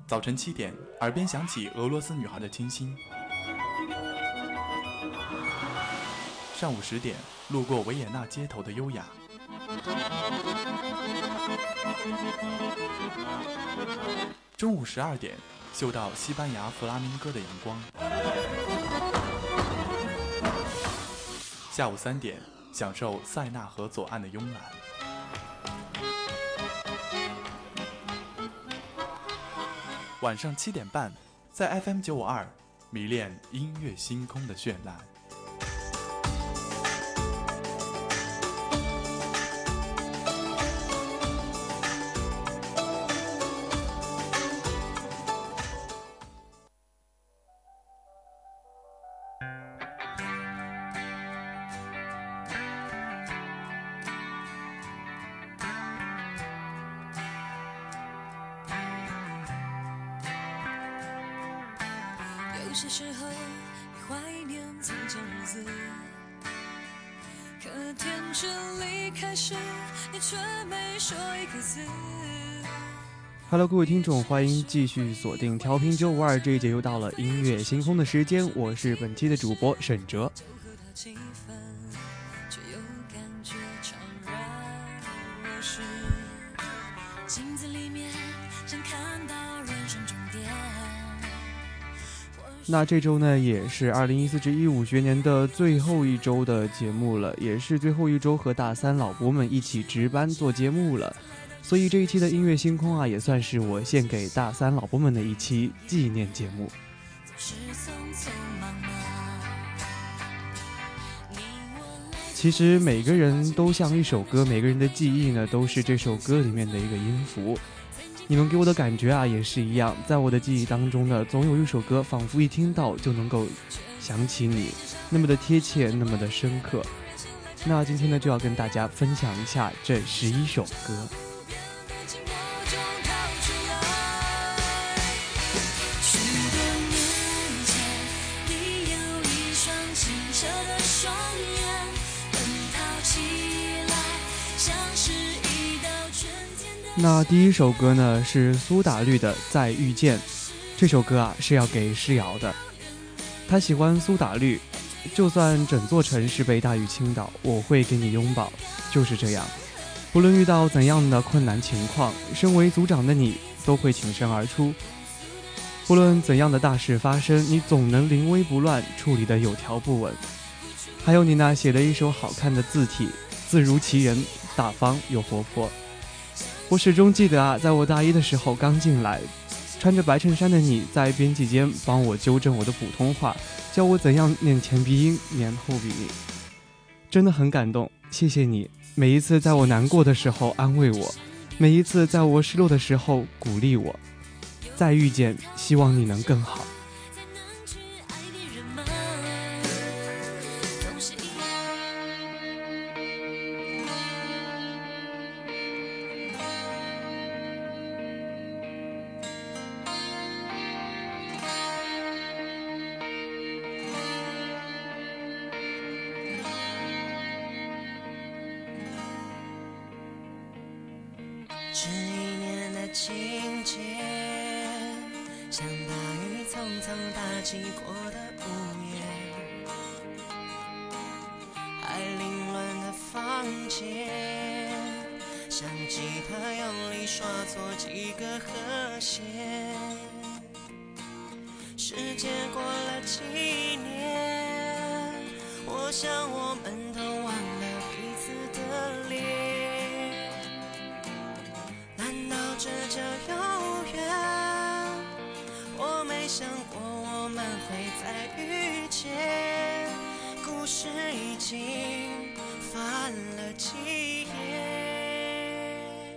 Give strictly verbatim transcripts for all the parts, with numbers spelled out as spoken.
早晨七点，耳边响起俄罗斯女孩的清新。上午十点，路过维也纳街头的优雅。中午十二点，嗅到西班牙弗拉明戈的阳光。下午三点，享受塞纳河左岸的慵懒。晚上七点半，在 F M 九五二迷恋音乐星空的绚烂。 有些时候你怀念从前日子，可天真离开时，你却没说一个字。 Hello， 各位听众，欢迎继续锁定调频九五二，这一节又到了音乐星空的时间，我是本期的主播沈哲。镜子里面想看到人生终点。那这周呢，也是二零一四至一五学年的最后一周的节目了，也是最后一周和大三老伯们一起值班做节目了。所以这一期的音乐星空啊，也算是我献给大三老伯们的一期纪念节目。其实每个人都像一首歌，每个人的记忆呢，都是这首歌里面的一个音符。你们给我的感觉啊，也是一样，在我的记忆当中呢，总有一首歌仿佛一听到就能够想起你，那么的贴切，那么的深刻。那今天呢，就要跟大家分享一下这十一首歌。那第一首歌呢，是苏打绿的《再遇见》。这首歌啊，是要给诗瑶的。他喜欢苏打绿，就算整座城市被大雨倾倒，我会给你拥抱，就是这样。不论遇到怎样的困难情况，身为组长的你都会挺身而出。不论怎样的大事发生，你总能临危不乱，处理得有条不紊。还有你那写的一手好看的字体，字如其人，大方又活泼。我始终记得啊，在我大一的时候刚进来，穿着白衬衫的你在编辑间帮我纠正我的普通话，教我怎样念前鼻音念后鼻音，真的很感动，谢谢你。每一次在我难过的时候安慰我，每一次在我失落的时候鼓励我。再遇见，希望你能更好。 这一年的情节，像大雨匆匆打击过的屋檐，还凌乱的房间，像吉他用力刷错几个和弦。时间过了几年，我想我们都忘了彼此的脸。这叫遥远，我没想过我们会再遇见，故事已经翻了几页。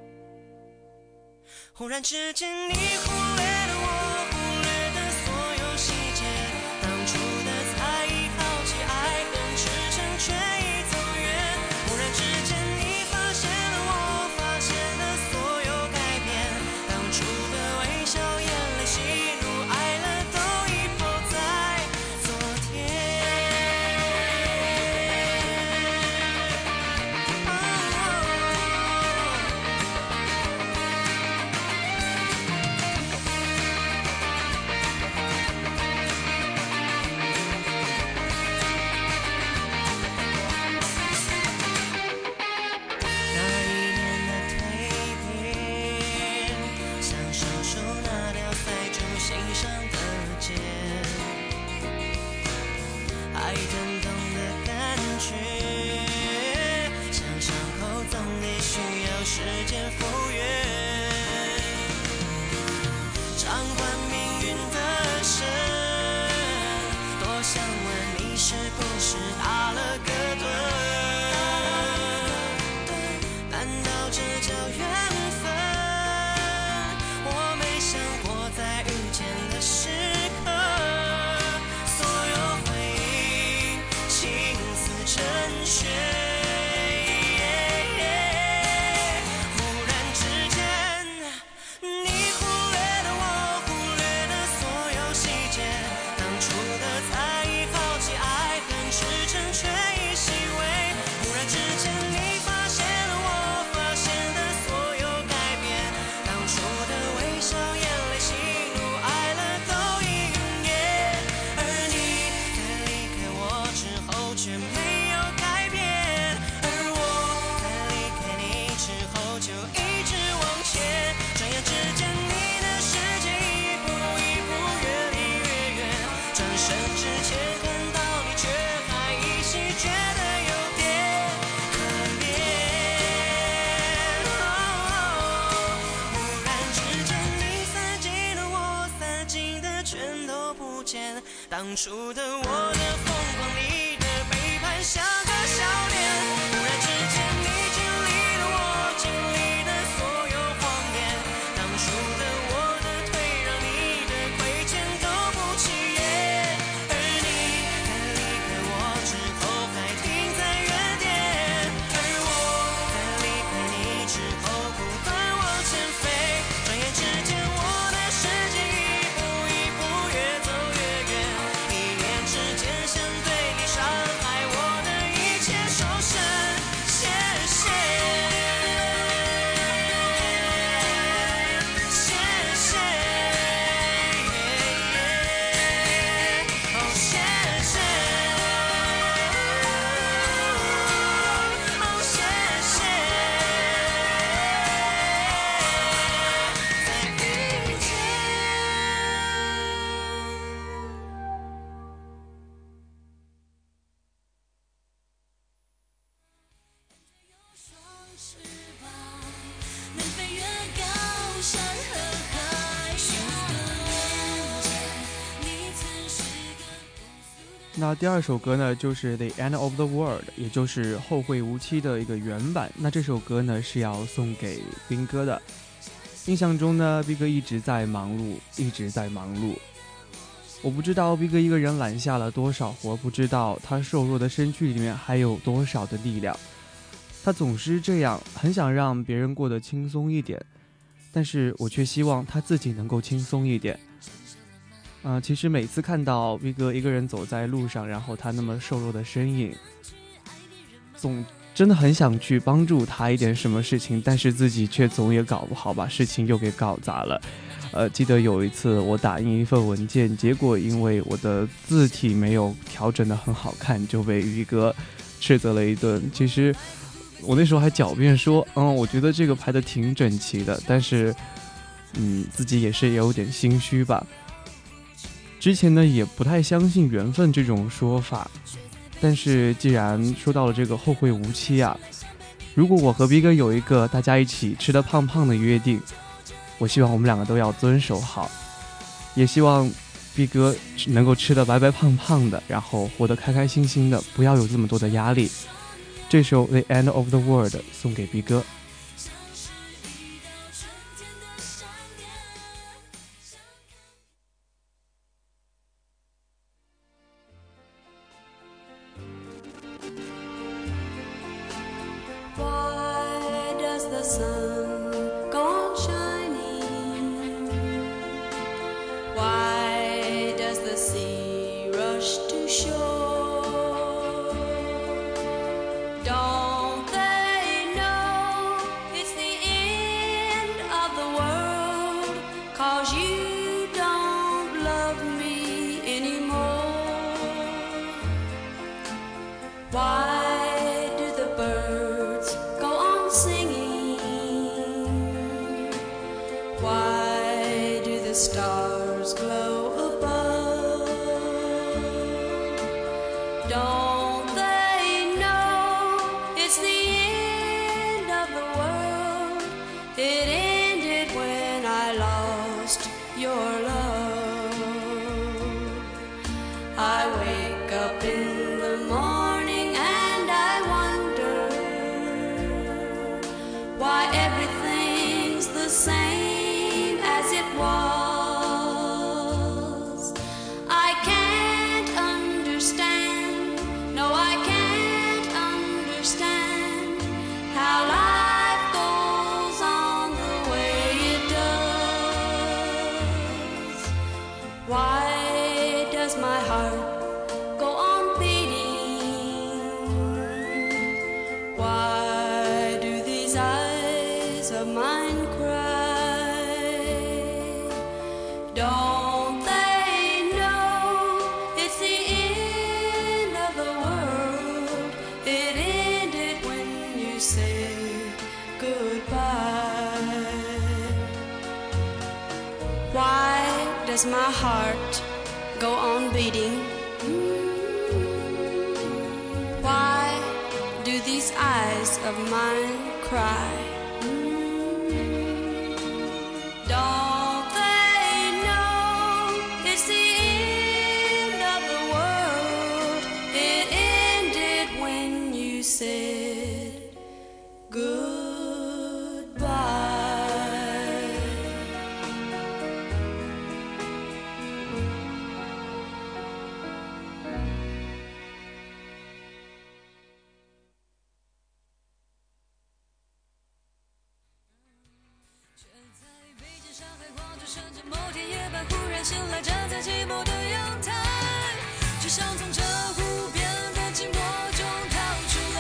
忽然之间你忽略了我忽略的所有细节，当初的猜疑好奇爱恨痴诚却已走远。忽然之间你发现了我发现的所有初的微笑眼泪喜怒哀乐都已不在昨天、哦、 时间复原，掌管命运的神，多想问你是不是打了个盹？难道这叫缘分？我没想过在遇见的时刻，所有回忆倾似成雪。当初的我的疯狂，你的背叛，像个笑脸。忽然之间，你经历了我经历的所有谎言。当初的我的退让，你的亏欠都不起眼。而你在离开我之后，还停在原点。而我在离开你之后，不断往前飞。转眼之间，我的世界一步一步越走越远。之间相对你伤害我的一切受伤，谢谢，谢谢，哦谢谢，哦谢谢，再遇见。 那第二首歌呢，就是 The End of the World， 也就是后会无期的一个原版。那这首歌呢是要送给斌哥的。印象中呢，斌哥一直在忙碌，一直在忙碌。我不知道斌哥一个人揽下了多少活，不知道他瘦弱的身躯里面还有多少的力量。他总是这样，很想让别人过得轻松一点，但是我却希望他自己能够轻松一点。呃，其实每次看到斌哥一个人走在路上，然后他那么瘦弱的身影，总真的很想去帮助他一点什么事情，但是自己却总也搞不好，把事情又给搞砸了。呃，记得有一次我打印一份文件，结果因为我的字体没有调整得很好看，就被斌哥斥责了一顿。其实我那时候还狡辩说，嗯，我觉得这个排得挺整齐的，但是嗯，自己也是有点心虚吧。之前呢也不太相信缘分这种说法，但是既然说到了这个后会无期啊，如果我和逼哥有一个大家一起吃得胖胖的约定，我希望我们两个都要遵守好，也希望逼哥能够吃得白白胖胖的，然后活得开开心心的，不要有这么多的压力。这首 The End of the World 送给逼哥。 Don't they know everything's the same as it was. I can't understand, no, I can't understand how life goes on the way it does. Why does my heart go on beating? Why do these eyes of mine cry? Don't they know it's the end of the world? It ended when you said goodbye. Why does my heart go on beating? Why do these eyes of mine cry? Don't they know it's the end of the world? It ended when you said goodbye.在北京、上海、广州、深圳，某天夜半忽然醒来，站在寂寞的阳台，只想从这无边的寂寞中逃出来。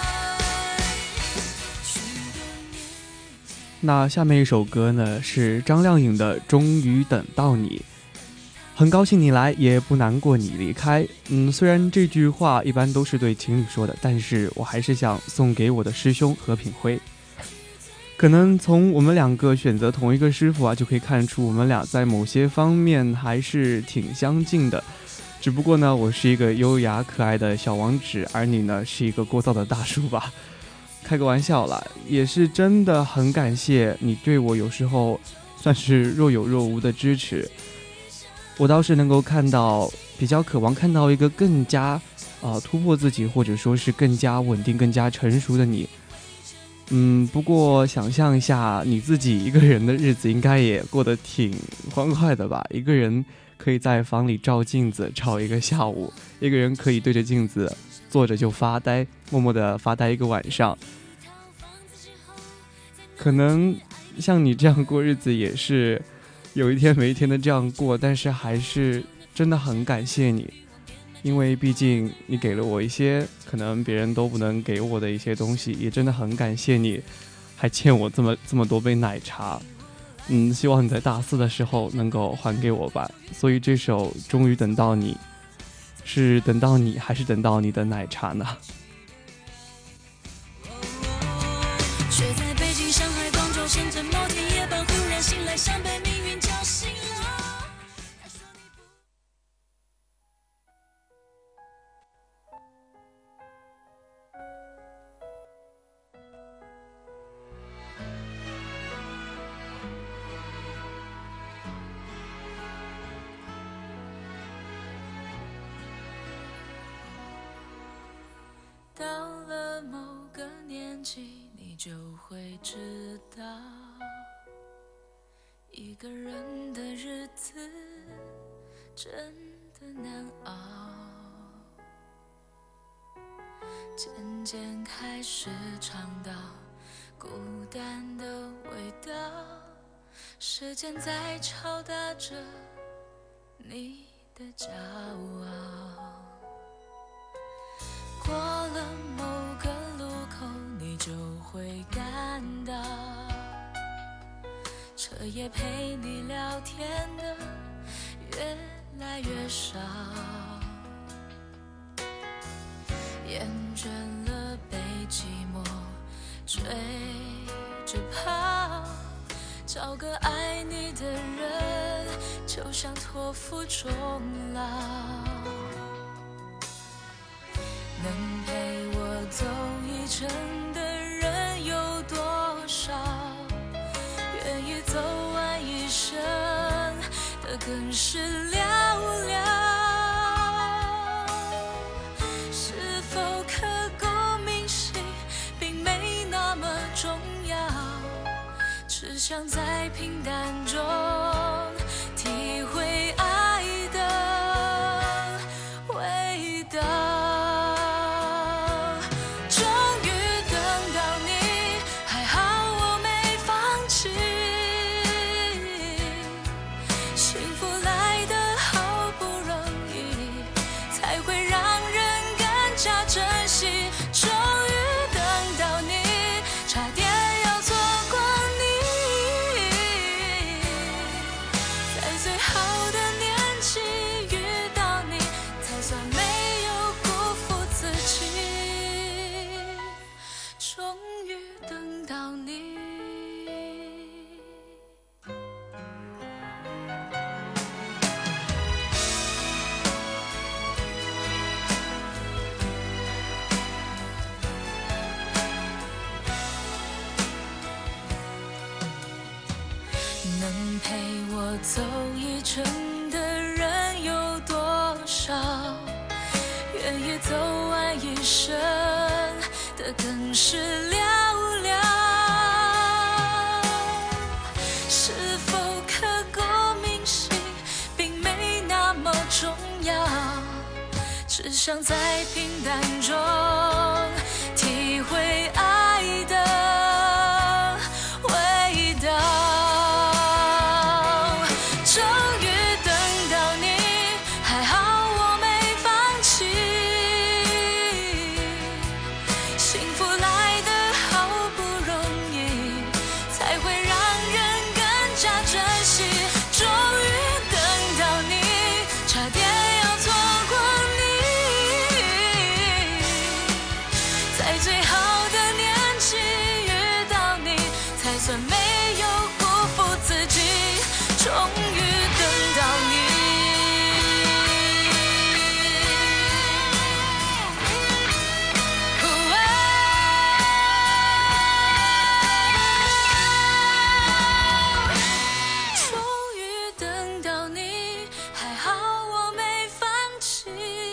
许多年那下面一首歌呢，是张靓颖的《终于等到你》。很高兴你来，也不难过你离开。嗯，虽然这句话一般都是对情侣说的，但是我还是想送给我的师兄何品辉。可能从我们两个选择同一个师傅啊，就可以看出我们俩在某些方面还是挺相近的。只不过呢，我是一个优雅可爱的小王子，而你呢是一个聒噪的大叔吧。开个玩笑啦，也是真的很感谢你对我有时候算是若有若无的支持。我倒是能够看到，比较渴望看到一个更加呃突破自己，或者说是更加稳定、更加成熟的你。嗯，不过想象一下你自己一个人的日子，应该也过得挺欢快的吧？一个人可以在房里照镜子照一个下午，一个人可以对着镜子坐着就发呆，默默地发呆一个晚上。可能像你这样过日子也是有一天没一天的这样过，但是还是真的很感谢你，因为毕竟你给了我一些可能别人都不能给我的一些东西，也真的很感谢你，还欠我这么这么多杯奶茶。嗯，希望你在大四的时候能够还给我吧。所以这首《终于等到你》，是等到你还是等到你的奶茶呢？ 却在北京、上海、广州、深圳，某天夜半忽然醒来，像被命运叫醒了。到了某个年纪，你就会知道，一个人的日子真的难熬。渐渐开始尝到孤单的味道，时间在敲打着你的骄傲。过了某个路口，你就会感到，彻夜陪你聊天的越来越少，厌倦了被寂寞追着跑，找个爱你的人，就像托付终老。能陪我走一程的人有多少？愿意走完一生的更是寥寥。是否刻骨铭心并没那么重要， 只想在平淡中体会爱的味道。终于等到你，还好我没放弃，幸福来得好不容易，才会让人更加珍惜。终于等到你，差点要错过你，在最好的年纪遇到你，才算没有辜负自己。终于等到你。能陪我走一程的人有多少？愿意走完一生的更是寥寥。是否刻骨铭心并没那么重要，只想在平淡中体会爱的味道。终于等到你，还好我没放弃，幸福来得好不容易，才会让人更加珍惜。终于等到你，差点要错过你，在最好的年纪遇到你，才算没有辜负自己。终于等到你，终于等到你，还好我没放弃，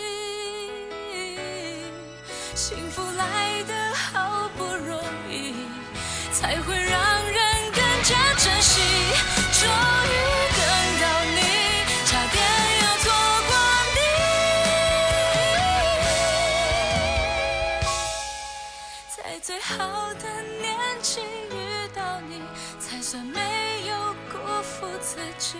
幸福来得好不容易，才会让人更加珍惜。终于等到你，差点要错过你，在最好的年纪遇到你，才算没有辜负自己。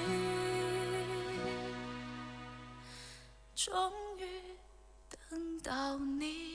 终于等到你。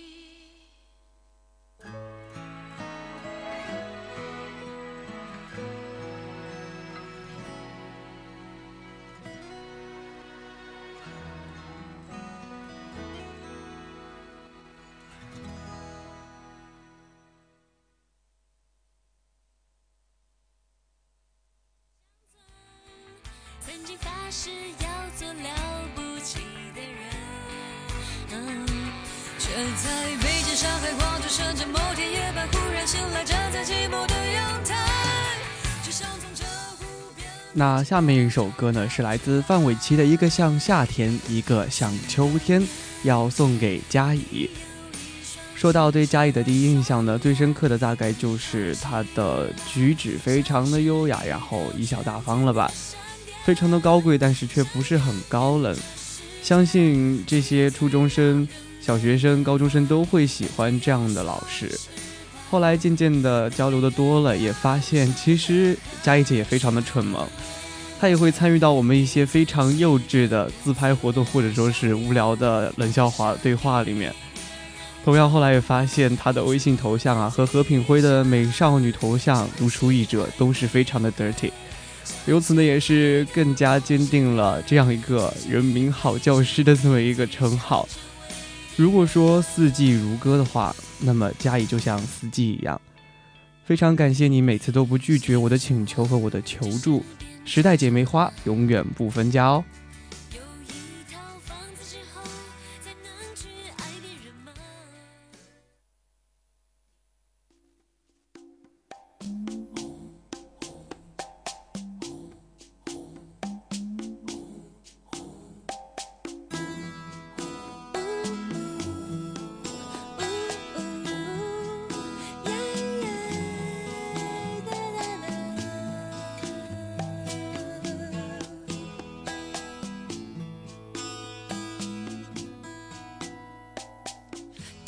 曾经发誓要做了不起的人，嗯，却在被这上海广州深圳某天夜半忽然醒来，站在寂寞的阳台，只想从这湖边。 那下面一首歌呢，是来自范玮琪的一个像夏天，一个像秋天，要送给嘉怡。说到对嘉怡的第一印象呢，最深刻的大概就是她的举止非常的优雅，然后贻笑大方了吧，非常的高贵，但是却不是很高冷。相信这些初中生、小学生、高中生都会喜欢这样的老师。后来渐渐的交流的多了，也发现其实嘉怡姐也非常的蠢萌，她也会参与到我们一些非常幼稚的自拍活动，或者说是无聊的冷笑话对话里面。同样后来也发现她的微信头像啊和何品辉的美少女头像如出一辙，都是非常的 dirty。由此呢，也是更加坚定了这样一个人民好教师的这么一个称号。如果说四季如歌的话，那么嘉怡就像四季一样。非常感谢你每次都不拒绝我的请求和我的求助，时代姐妹花永远不分家哦。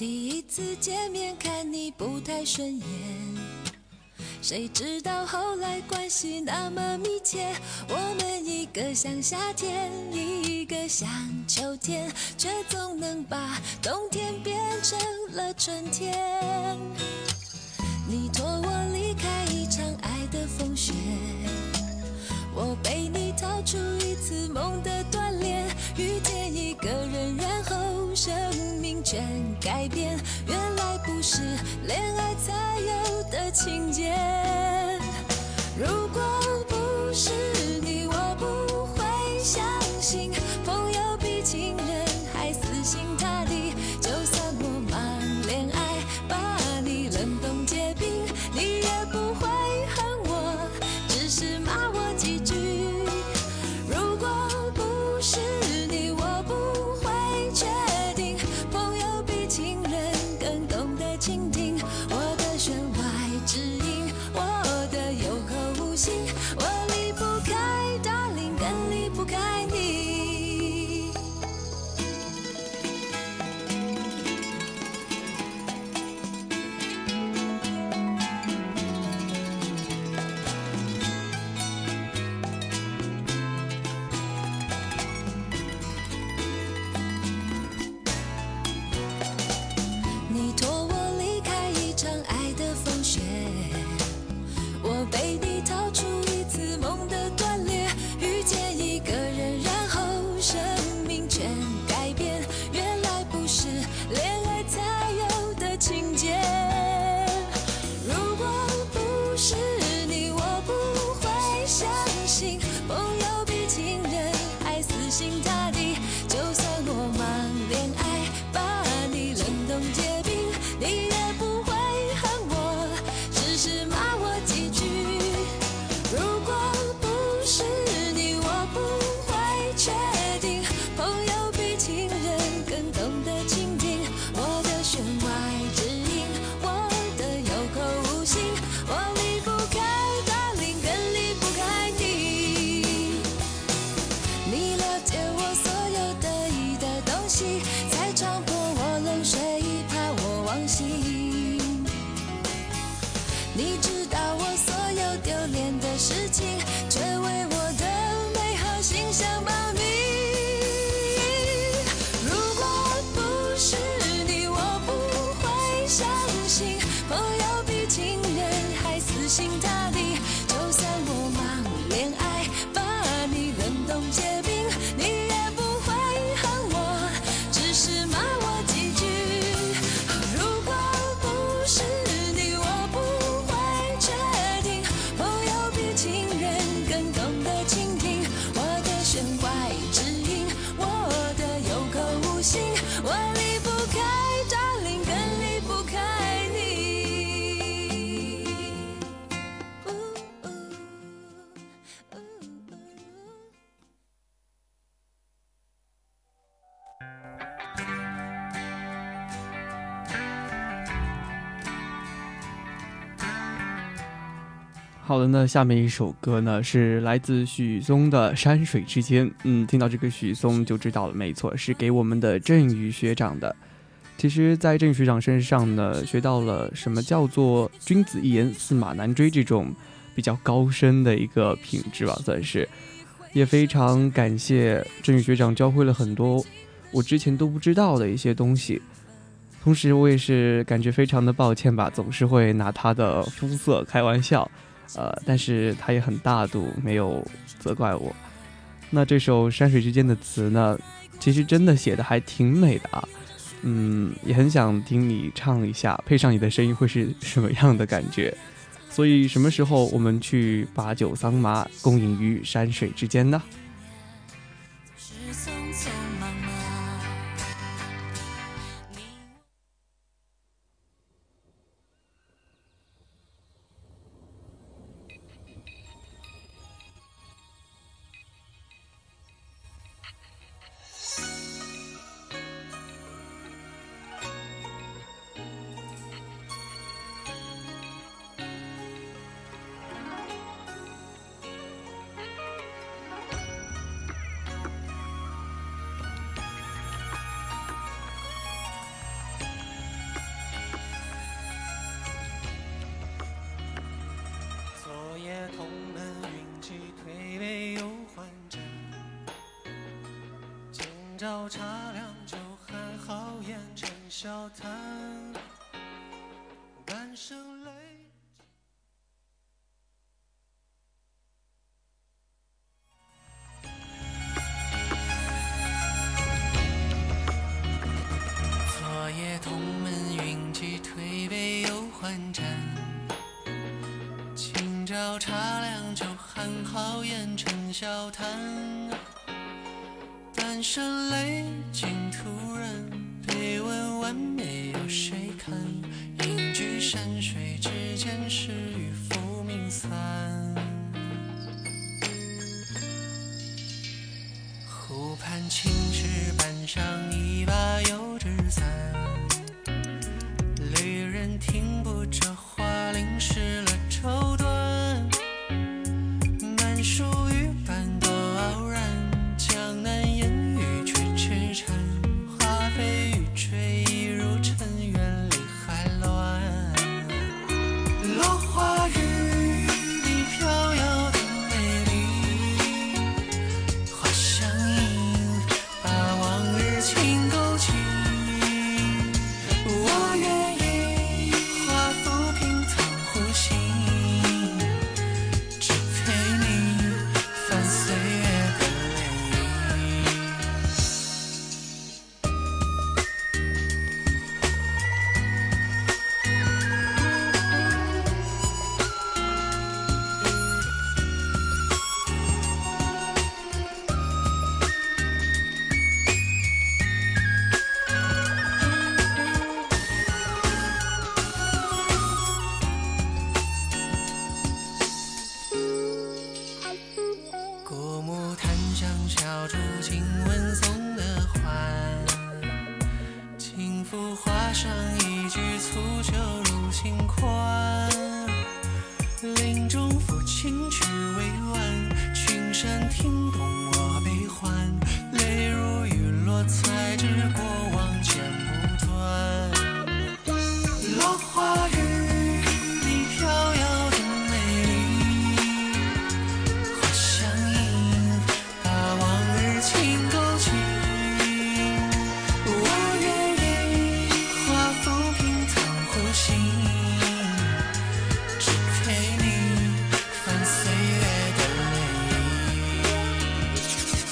第一次见面看你不太顺眼，谁知道后来关系那么密切，我们一个像夏天，一个像秋天，却总能把冬天变成了春天。你托我离开一场爱的风雪，我被你逃出一次梦的锻炼，遇见一个人，然后生命全改变，原来不是恋爱才有的情节。如果不是你，我不会相信朋友比情人还死心塌地，就算我忙恋爱把你冷冻结冰，你也不会恨我，只是骂我几句。如果不是你，我不会确定朋友比情人更懂得倾听我的弦外之音，我的有口无心，我离不开 darling， 更离不开你。你托我离开一场爱的风雪，我被你逃出一次梦的断裂，遇见一个人，然后生命全改变，原来不是恋爱才有的情节。如果不是你，我不会相信朋友比情人还死心塌地，就算我忙恋爱把你冷冻结冰，你也不会恨我，只是骂我几句。如果不是你，我不会确定朋友比情人更懂得倾听我的弦外之音，我的有口无心，我离不开 darling， 更离不开你。你了解我所有得意的东西，才撞破我冷水，怕我忘形。你知道我所有丢脸的事情，却为我的美好形象保密。如果不是你，我不会相信朋友比情人还死心塌地，就算我忙恋爱把你冷冻结冰，你也不会恨我，只是骂我几句。如果不是你，我不会确定朋友比情人更懂得倾听我的弦外之音，我的有口无心，我离不开 darling， 更离不开你。呜呜呜呜好的，那下面一首歌呢是来自许嵩的《山水之间》。嗯，听到这个许嵩就知道了，没错，是给我们的振宇学长的。其实在振宇学长身上呢，学到了什么叫做君子一言驷马难追这种比较高深的一个品质吧，算是。也非常感谢振宇学长教会了很多我之前都不知道的一些东西。同时我也是感觉非常的抱歉吧，总是会拿他的肤色开玩笑，呃，但是他也很大度，没有责怪我。那这首山水之间的词呢，其实真的写的还挺美的啊，嗯，也很想听你唱一下，配上你的声音会是什么样的感觉。所以什么时候我们去把酒桑麻共饮于山水之间呢？ 是匆匆忙忙。 茶凉酒寒，好言成笑谈，半生泪。昨夜同门云集，推杯又换盏，今朝茶凉酒寒，好言成笑谈。半生泪尽，突然被问完没有谁看？隐居山水之间，是与浮名散。湖畔青石板上，一把油纸伞，旅人听不着花，淋湿了绸缎。满树玉瓣多傲然，江南烟雨却痴缠，花飞雨吹，一如尘缘里海乱。落花雨，你飘摇的美丽，花香映，把往日情勾起。我愿意化浮萍藏湖心，只陪你翻岁月的涟漪。古木檀香小筑，经文送的欢。轻抚花上一句粗酒入心宽。林中抚琴曲未完，群山听懂我悲欢。泪如雨落，才知过往剪不断。落花雨，你飘摇的美丽，花香映，把往日情勾起。我愿意化浮萍藏湖心，只陪你翻岁月的涟漪。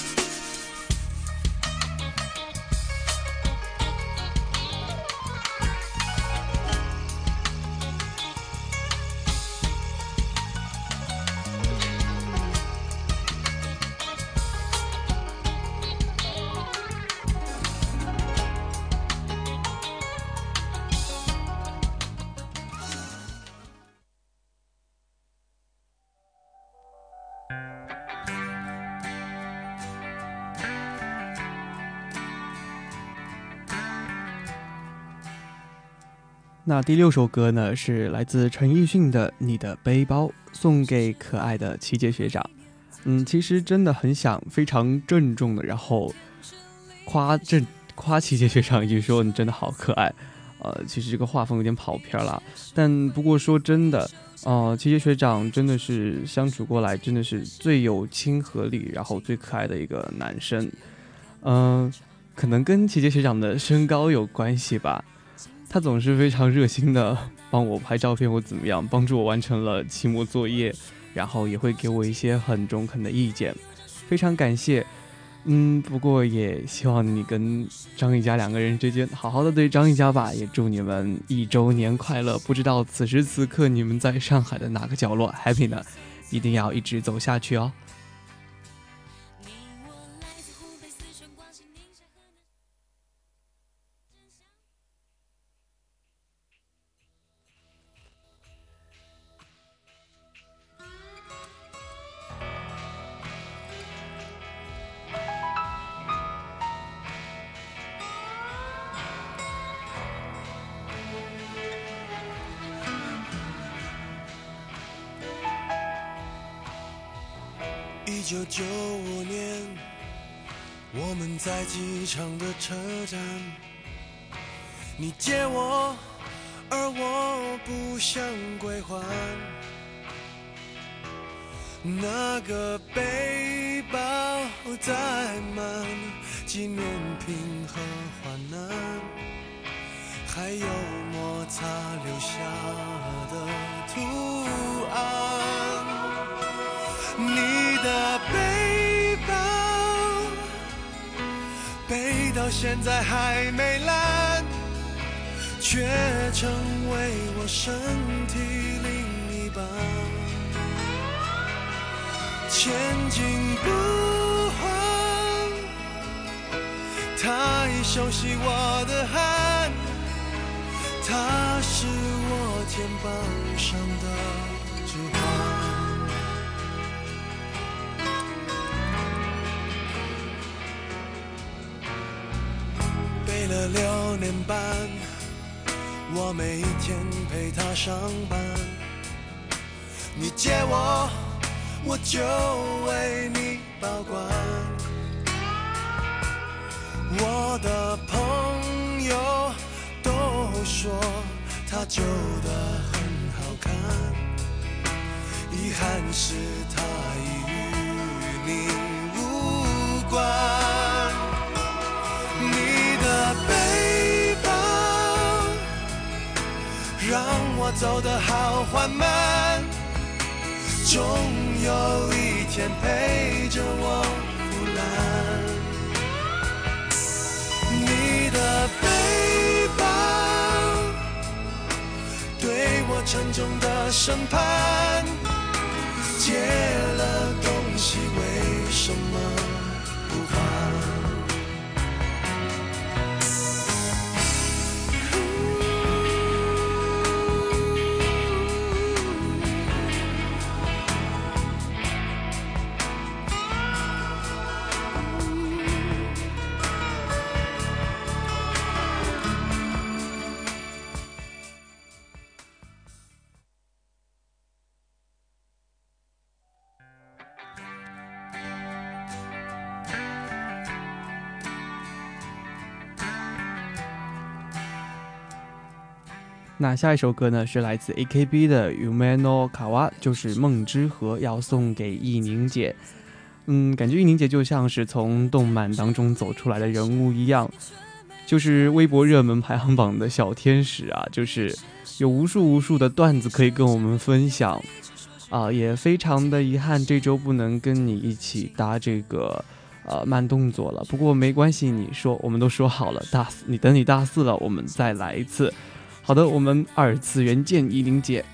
那第六首歌呢，是来自陈奕迅的《你的背包》，送给可爱的齐杰学长。嗯，其实真的很想非常郑重的，然后夸郑夸齐杰学长一句，说你真的好可爱。呃，其实这个画风有点跑偏了，但不过说真的，呃，齐杰学长真的是相处过来，真的是最有亲和力，然后最可爱的一个男生。嗯、呃，可能跟齐杰学长的身高有关系吧。他总是非常热心的帮我拍照片或怎么样，帮助我完成了期末作业，然后也会给我一些很中肯的意见，非常感谢。嗯，不过也希望你跟张一佳两个人之间好好的对张一佳吧，也祝你们一周年快乐。不知道此时此刻你们在上海的哪个角落 happy 呢？一定要一直走下去哦。 一九九五年，我们在机场的车站，你借我，而我不想归还。那个背包载满纪念品和患难，还有摩擦留下的图案。你的背包背到现在还没烂，却成为我身体另一半。前进不换，他已熟悉我的汗，他是我肩膀上的指环。背了六年半，我每一天陪他上班。你借我，我就为你保管。我的朋友都说他旧的很好看，遗憾是他已与你无关。你的背包让我走得好缓慢，终有一天陪着我腐烂。你的背包对我沉重的审判，借了东西为什么不还？ 那下一首歌呢是来自 A K B 的 Yume no Kawa， 就是梦之河，要送给艺宁姐。嗯，感觉艺宁姐就像是从动漫当中走出来的人物一样，就是微博热门排行榜的小天使啊，就是有无数无数的段子可以跟我们分享啊，也非常的遗憾这周不能跟你一起搭这个呃慢动作了，不过没关系，你说我们都说好了，大四你等你大四了我们再来一次。好的，我们二次元见依林姐。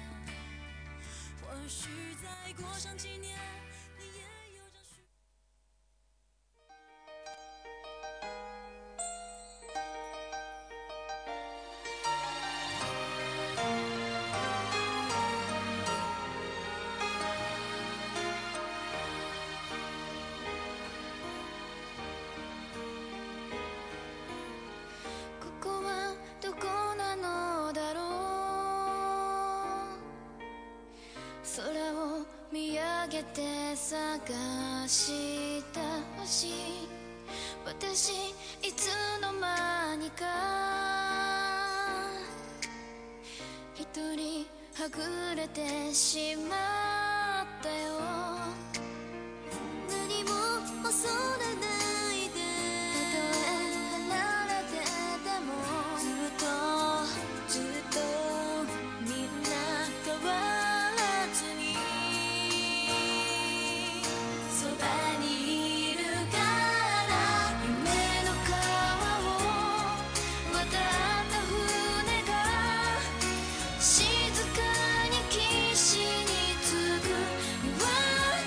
探した星、私いつの間にか一人はぐれてしまったよ。何も恐れないで、たとえ離れててもずっとずっとみんな変わらずにそばにいるから。夢の川を渡った船が静かに岸に着く。言わ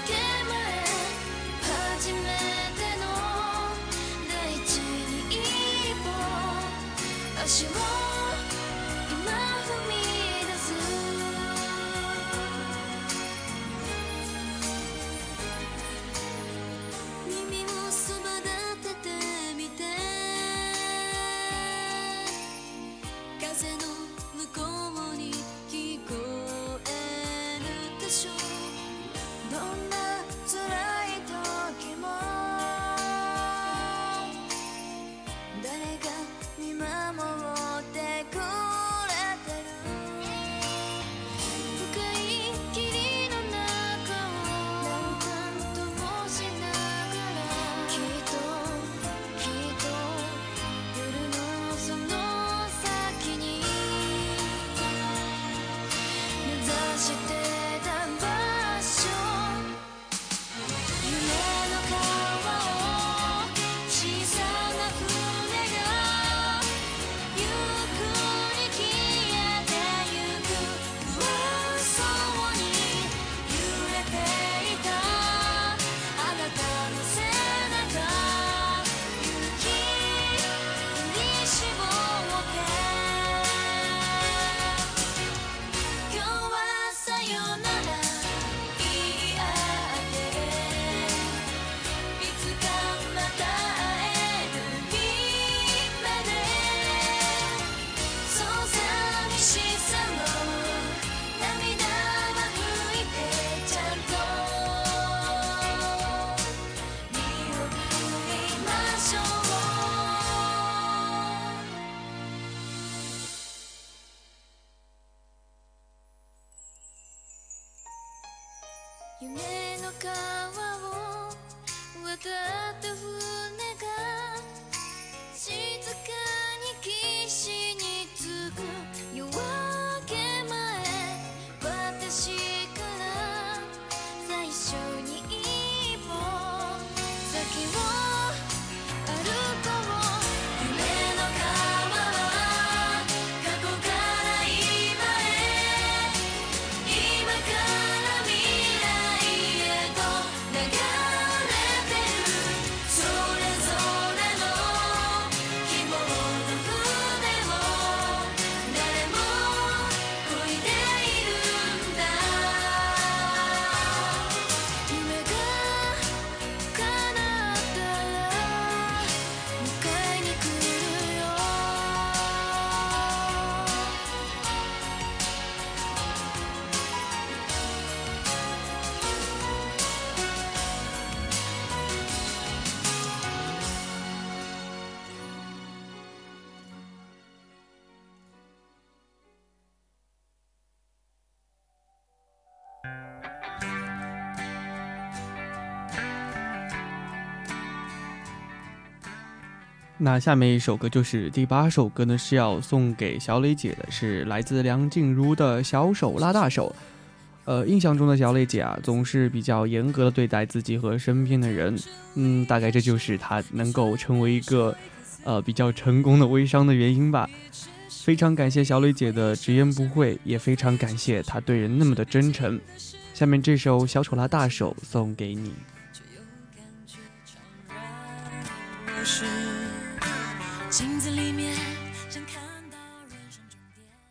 してた場所夢の川を小さな船がゆっくり消えてゆく不安そうに揺れていたあなたの背中雪振り絞って今日はさよなら言い合っていつかまた会える日までそう寂しさも涙は拭いてちゃんと見送りましょう夢の川を渡った船が静かに岸に着く夜明け前私から最初に一歩先を歩こう夢の川は過去から今へ今から未来へと流れてるそれぞれの希望の船を誰も漕いでいるんだ夢が叶ったら迎えに来るよ那下面一首歌就是第八首歌呢，是要送给小磊姐的，是来自梁静茹的《小手拉大手》。呃，印象中的小磊姐啊，总是比较严格的对待自己和身边的人，嗯，大概这就是她能够成为一个呃比较成功的微商的原因吧。非常感谢小磊姐的直言不讳，也非常感谢她对人那么的真诚。下面这首《小手拉大手》送给你。 我是镜子里面想看到人生终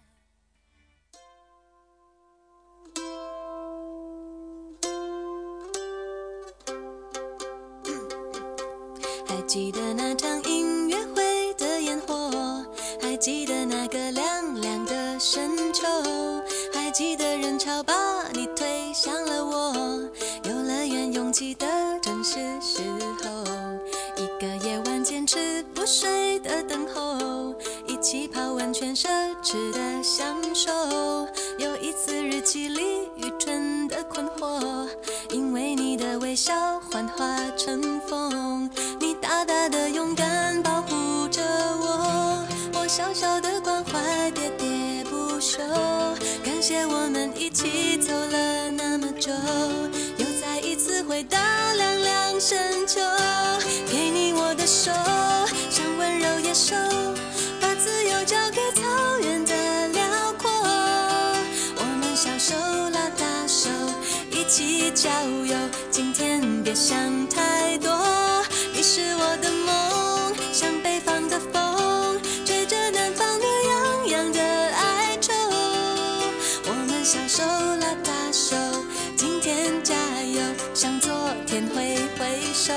点。还记得那场音乐会的烟火，还记得那个凉凉的深秋，还记得人潮把你推向了我，游乐园拥挤的正是时候，一个夜晚坚持不睡的等候，一起泡温泉奢侈的享受，有一次日记里愚蠢的困惑，因为你的微笑幻化成风，你大大的勇敢保护着我，我小小的关怀喋喋不休，感谢我们一起走了那么久，又再一次回到凉凉深秋，给你我的手，像温柔野兽，把自由交给草原的辽阔，我们小手拉大手，一起郊游，今天别想太多，你是我的梦，像北方的风，吹着南方暖洋洋的哀愁，我们小手拉大手，今天加油，向昨天挥挥手。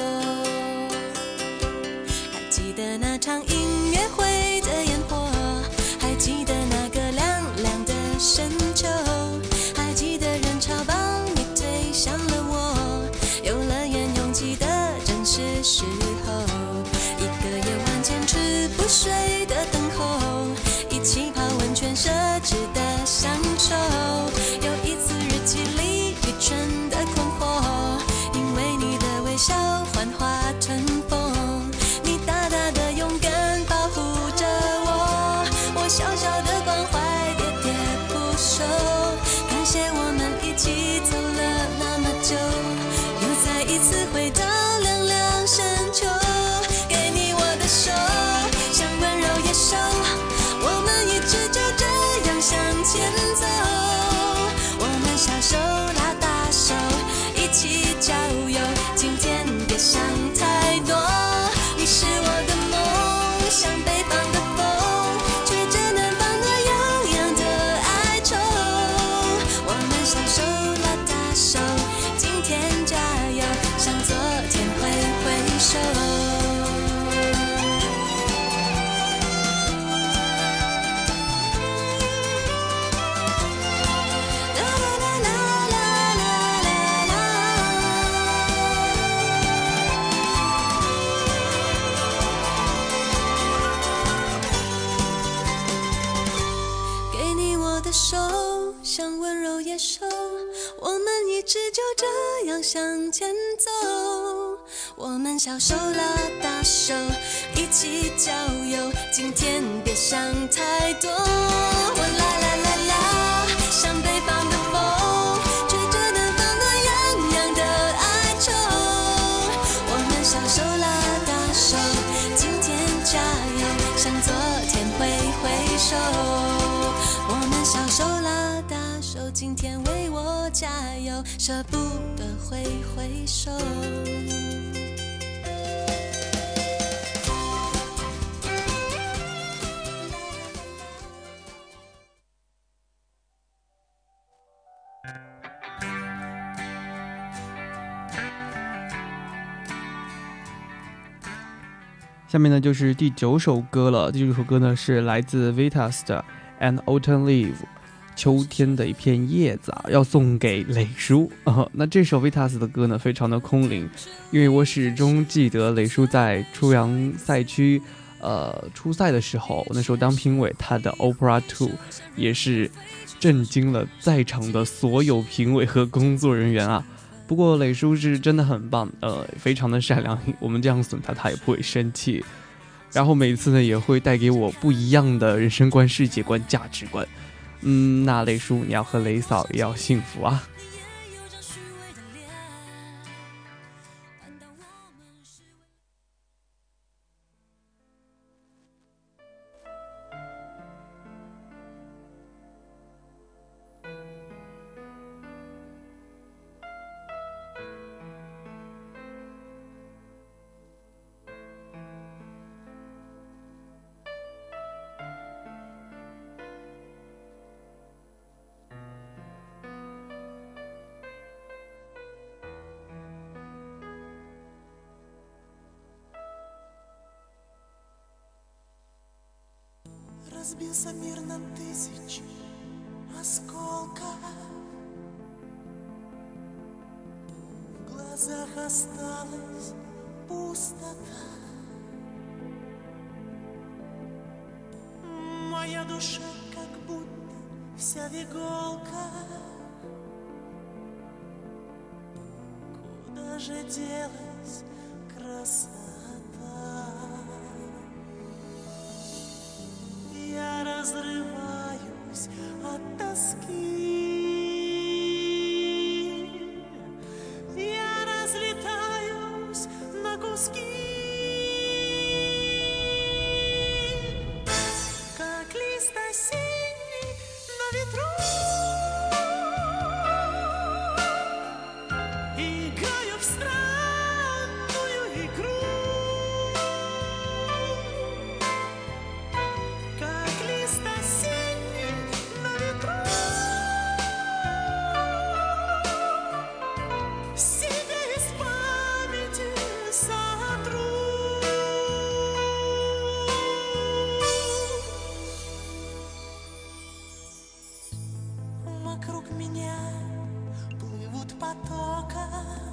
还记得那场音乐会的烟火，还记得那个凉凉的深秋，还记得人潮把你推向了我，游乐园拥挤的正是时候，一个夜晚坚持不睡的等候，一起泡温泉奢侈的享受，有一次日记里愚蠢的困惑，因为你的微笑幻化柔野兽，我们一直就这样向前走。我们小手拉大手，一起郊游，今天别想太多。我啦啦啦啦，像北方的风，吹着南方暖洋洋的哀愁。我们小手拉大手，今天加油，向昨天挥挥手。我们小手拉大手，今天为我加油，舍不得挥挥手。 下面呢就是第九首歌了，第九首歌呢是来自 Vitas 的 An Autumn Leaf， 秋天的一片叶子啊，要送给磊叔啊。那这首 Vitas 的歌呢非常的空灵，因为我始终记得磊叔在出洋赛区呃初赛的时候，那时候当评委，他的 Opera Two 也是震惊了在场的所有评委和工作人员啊。不过磊叔是真的很棒，呃，非常的善良，我们这样损他，他也不会生气。然后每次呢，也会带给我不一样的人生观、世界观、价值观。嗯，那磊叔，你要和磊嫂也要幸福啊！ Разбился мир на тысячи осколков, в глазах осталась пустота. Моя душа как будто вся в иголках. Куда же делась красота? Я разрываюсь от тоски, я разлетаюсь на куски, как лист осенний на ветру. Играю в странную игру. Вокруг меня плывут потока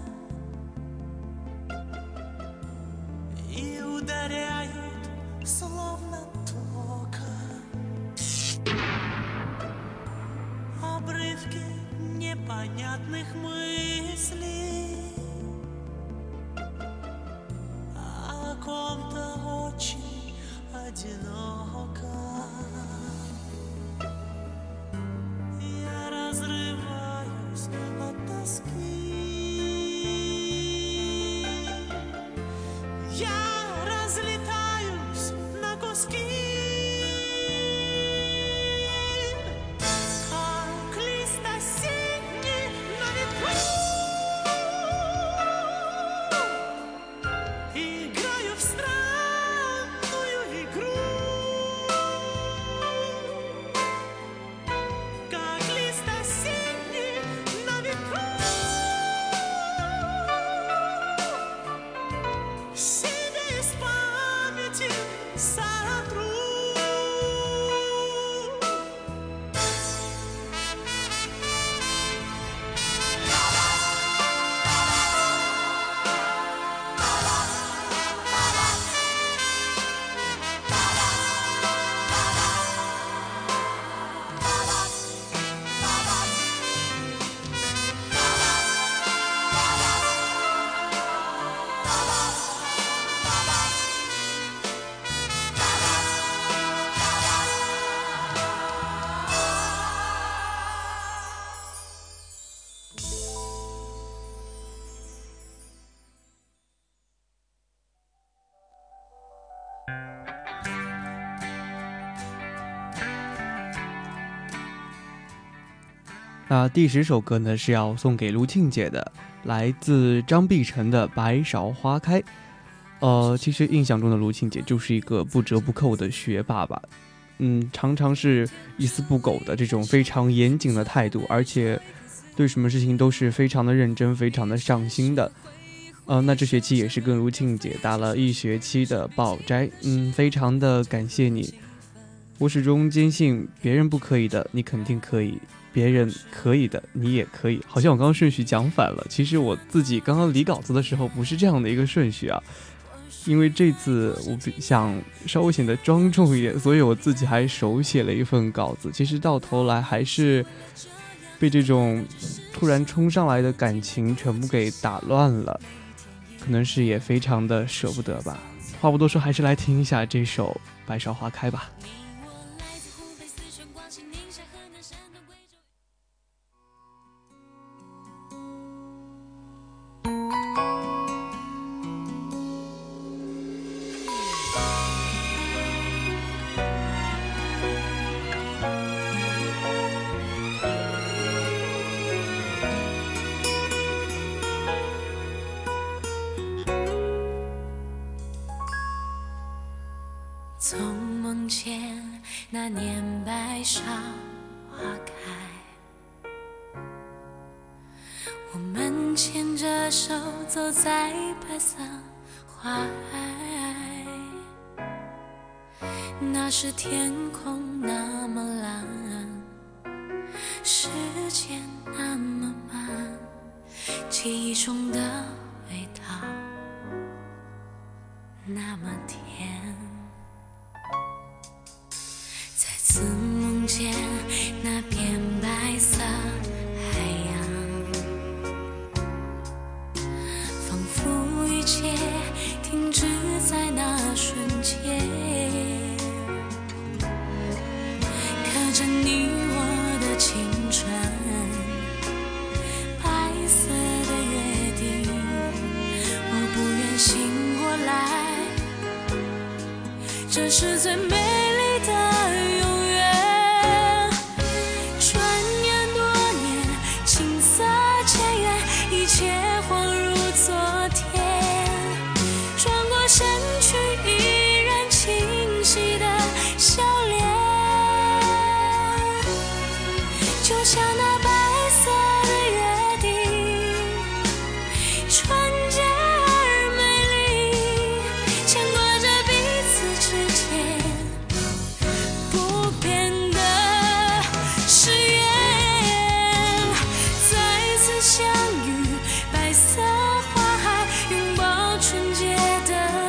и ударяют словно током обрывки непонятных мыслей о ком-то очень одиноко. Разрываюсь от тоски, я разлетаюсь на куски, как лист осенний на ветру. 那第十首歌呢是要送给卢庆姐的，来自张碧晨的《白芍花开》。呃，其实印象中的卢庆姐就是一个不折不扣的学霸吧，嗯，常常是一丝不苟的这种非常严谨的态度，而且对什么事情都是非常的认真，非常的上心的。呃，那这学期也是跟卢庆姐打了一学期的报斋，嗯，非常的感谢你。我始终坚信，别人不可以的，你肯定可以；别人可以的，你也可以。好像我刚刚顺序讲反了，其实我自己刚刚理稿子的时候不是这样的一个顺序啊。因为这次我想稍微显得庄重一点，所以我自己还手写了一份稿子。其实到头来还是被这种突然冲上来的感情全部给打乱了，可能是也非常的舍不得吧。话不多说，还是来听一下这首《白芍花开》吧。 从梦见那年白芍花开，我们牵着手走在白色花海，那时天空那么蓝，时间那么慢，记忆中的味道那么甜。再次梦见那片白色海洋，仿佛一切停止在那瞬间，刻着你我的青春，白色的约定，我不愿醒过来，这是最美丽的身躯依然清晰的笑脸，就像那白色的约定，纯洁而美丽，牵挂着彼此之间不变的誓言。再次相遇，白色花海，拥抱纯洁的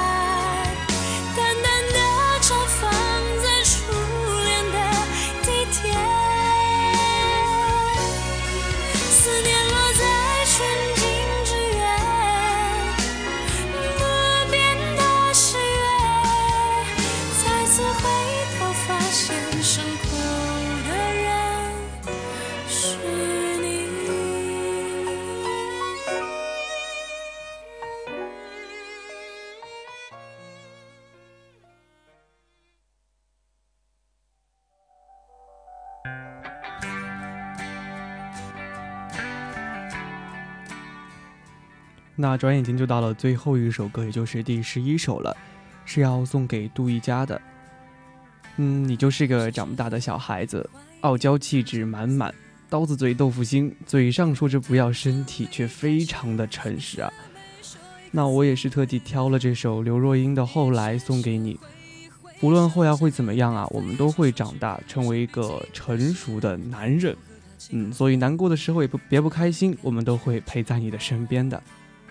那转眼间就到了最后一首歌，也就是第十一首了，是要送给杜一佳的。嗯，你就是个长不大的小孩子，傲娇气质满满，刀子嘴豆腐心，嘴上说着不要身体，却非常的诚实啊。那我也是特地挑了这首刘若英的《后来》送给你。无论后来会怎么样啊，我们都会长大，成为一个成熟的男人。嗯，所以难过的时候也不别不开心，我们都会陪在你的身边的。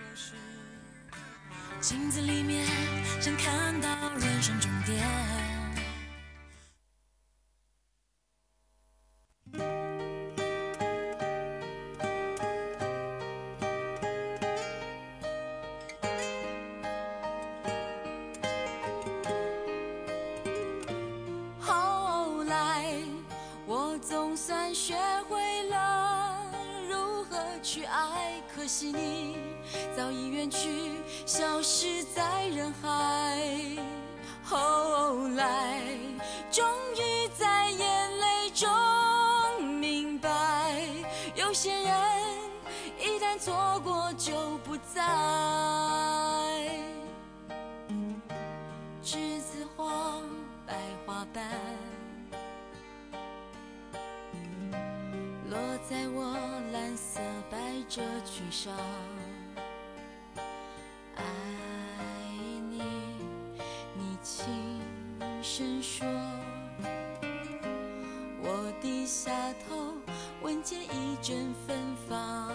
镜子里面想看到人生终点，后来我总算学会了如何去爱，可惜你早已远去，消失在人海。后来终于在眼泪中明白， 有些人一旦错过就不再。栀子花白花瓣落在我蓝色百褶裙上，爱你，你轻声说，我低下头闻见一阵芬芳。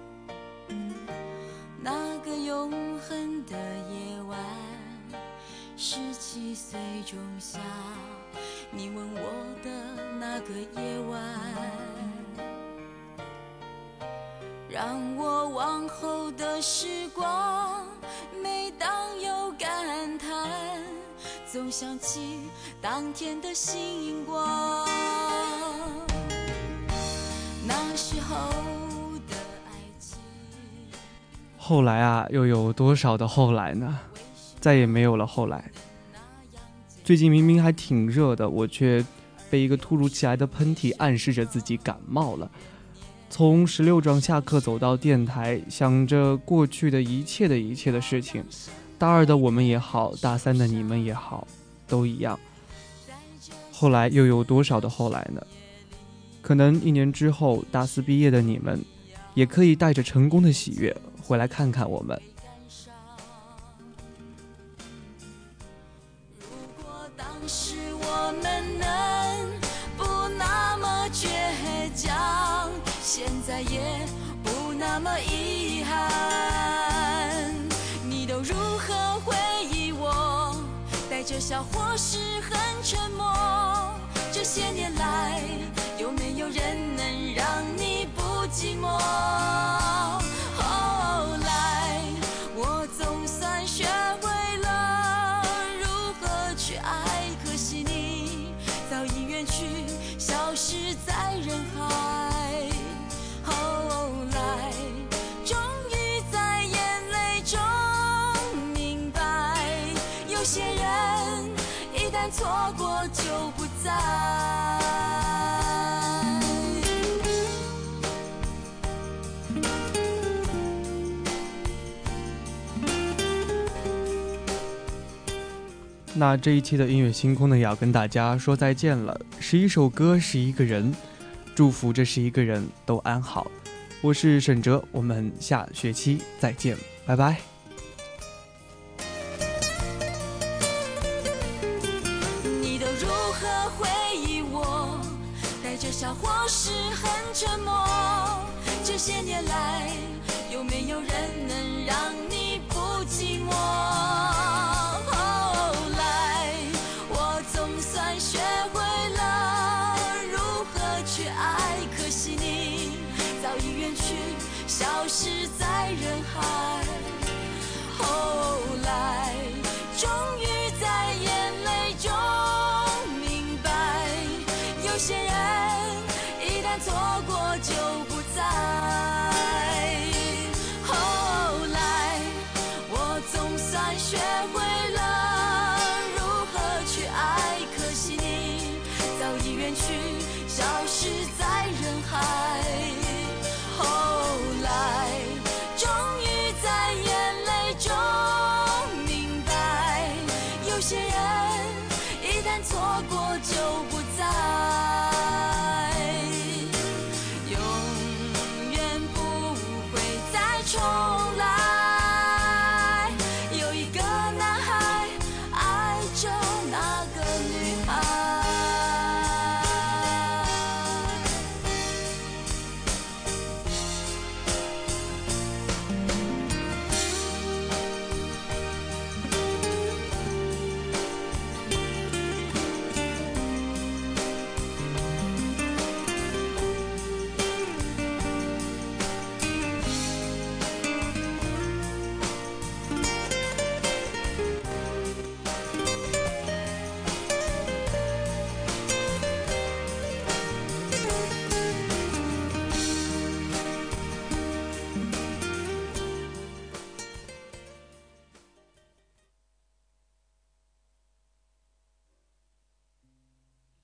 那个永恒的夜晚，十七岁仲夏，你吻我的那个夜晚，让我往后的时光，每当有感叹，总想起当天的星光。那时候的爱情， 后来啊，又有多少的后来呢？再也没有了后来。最近明明还挺热的，我却被一个突如其来的喷嚏暗示着自己感冒了。从十六庄下课走到电台，想着过去的一切的一切的事情，大二的我们也好，大三的你们也好，都一样。后来又有多少的后来呢？可能一年之后，大四毕业的你们也可以带着成功的喜悦回来看看我们。 如果当时我们能不那么倔强，现在也不那么遗憾。你都如何回忆我？带着笑或是很沉默。这些年来，有没有人能让你不寂寞？后来，我总算学会了如何去爱，可惜你早已远去，消失在人海。后来，终于在眼泪中明白，有些人一旦错过就不再。 那这一期的音乐星空呢，也要跟大家说再见了。十一首歌，十一个人，祝福这十一个人都安好。我是沈哲，我们下学期再见，拜拜。 你都如何回忆我？带着笑或是很沉默。这些年来，有没有人能让你不寂寞？后来，我总算学会了如何去爱，可惜你早已远去，消失在人海。后来，终